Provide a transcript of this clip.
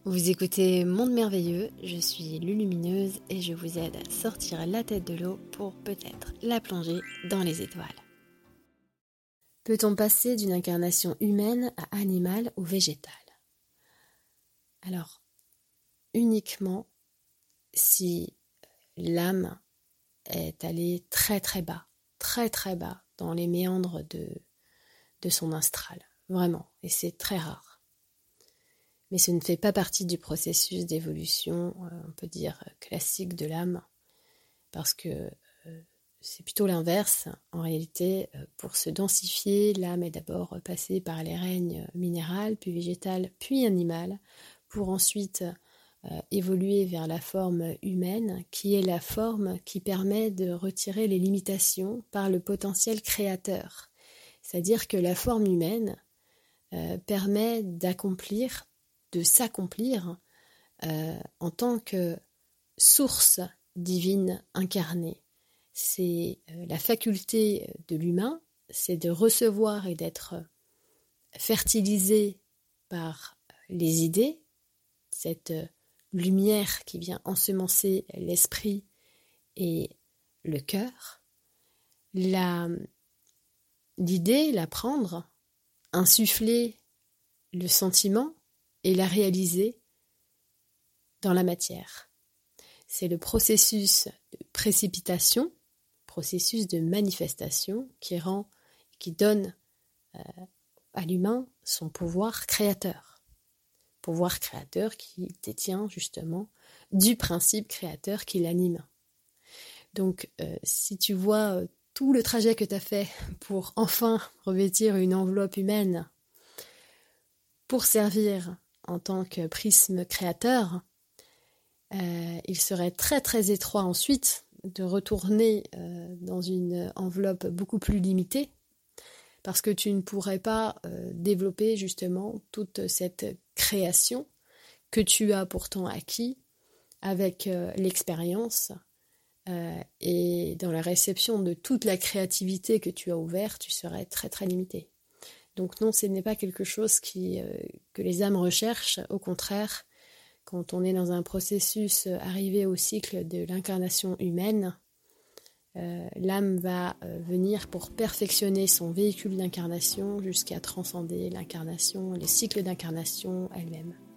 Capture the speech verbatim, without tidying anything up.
Vous écoutez Monde Merveilleux, je suis Lulumineuse et je vous aide à sortir la tête de l'eau pour peut-être la plonger dans les étoiles. Peut-on passer d'une incarnation humaine à animale ou végétale? Alors, uniquement si l'âme est allée très très bas, très très bas dans les méandres de, de son astral, vraiment, et c'est très rare. Mais ce ne fait pas partie du processus d'évolution, euh, on peut dire, classique de l'âme, parce que euh, c'est plutôt l'inverse. En réalité, euh, pour se densifier, l'âme est d'abord passée par les règnes minéral, puis végétal, puis animal, pour ensuite euh, évoluer vers la forme humaine, qui est la forme qui permet de retirer les limitations par le potentiel créateur. C'est-à-dire que la forme humaine euh, permet d'accomplir de s'accomplir euh, en tant que source divine incarnée. C'est euh, la faculté de l'humain, c'est de recevoir et d'être fertilisé par les idées, cette lumière qui vient ensemencer l'esprit et le cœur. La, l'idée, la prendre, insuffler le sentiment, et la réaliser dans la matière. C'est le processus de précipitation, processus de manifestation qui rend, qui donne euh, à l'humain son pouvoir créateur. Pouvoir créateur qui détient justement du principe créateur qui l'anime. Donc euh, si tu vois euh, tout le trajet que tu as fait pour enfin revêtir une enveloppe humaine pour servir en tant que prisme créateur, euh, il serait très très étroit ensuite de retourner euh, dans une enveloppe beaucoup plus limitée parce que tu ne pourrais pas euh, développer justement toute cette création que tu as pourtant acquis avec euh, l'expérience euh, et dans la réception de toute la créativité que tu as ouverte, tu serais très très limité. Donc non, ce n'est pas quelque chose qui, euh, que les âmes recherchent. Au contraire, quand on est dans un processus arrivé au cycle de l'incarnation humaine, euh, l'âme va euh, venir pour perfectionner son véhicule d'incarnation jusqu'à transcender l'incarnation, les cycles d'incarnation elle-même.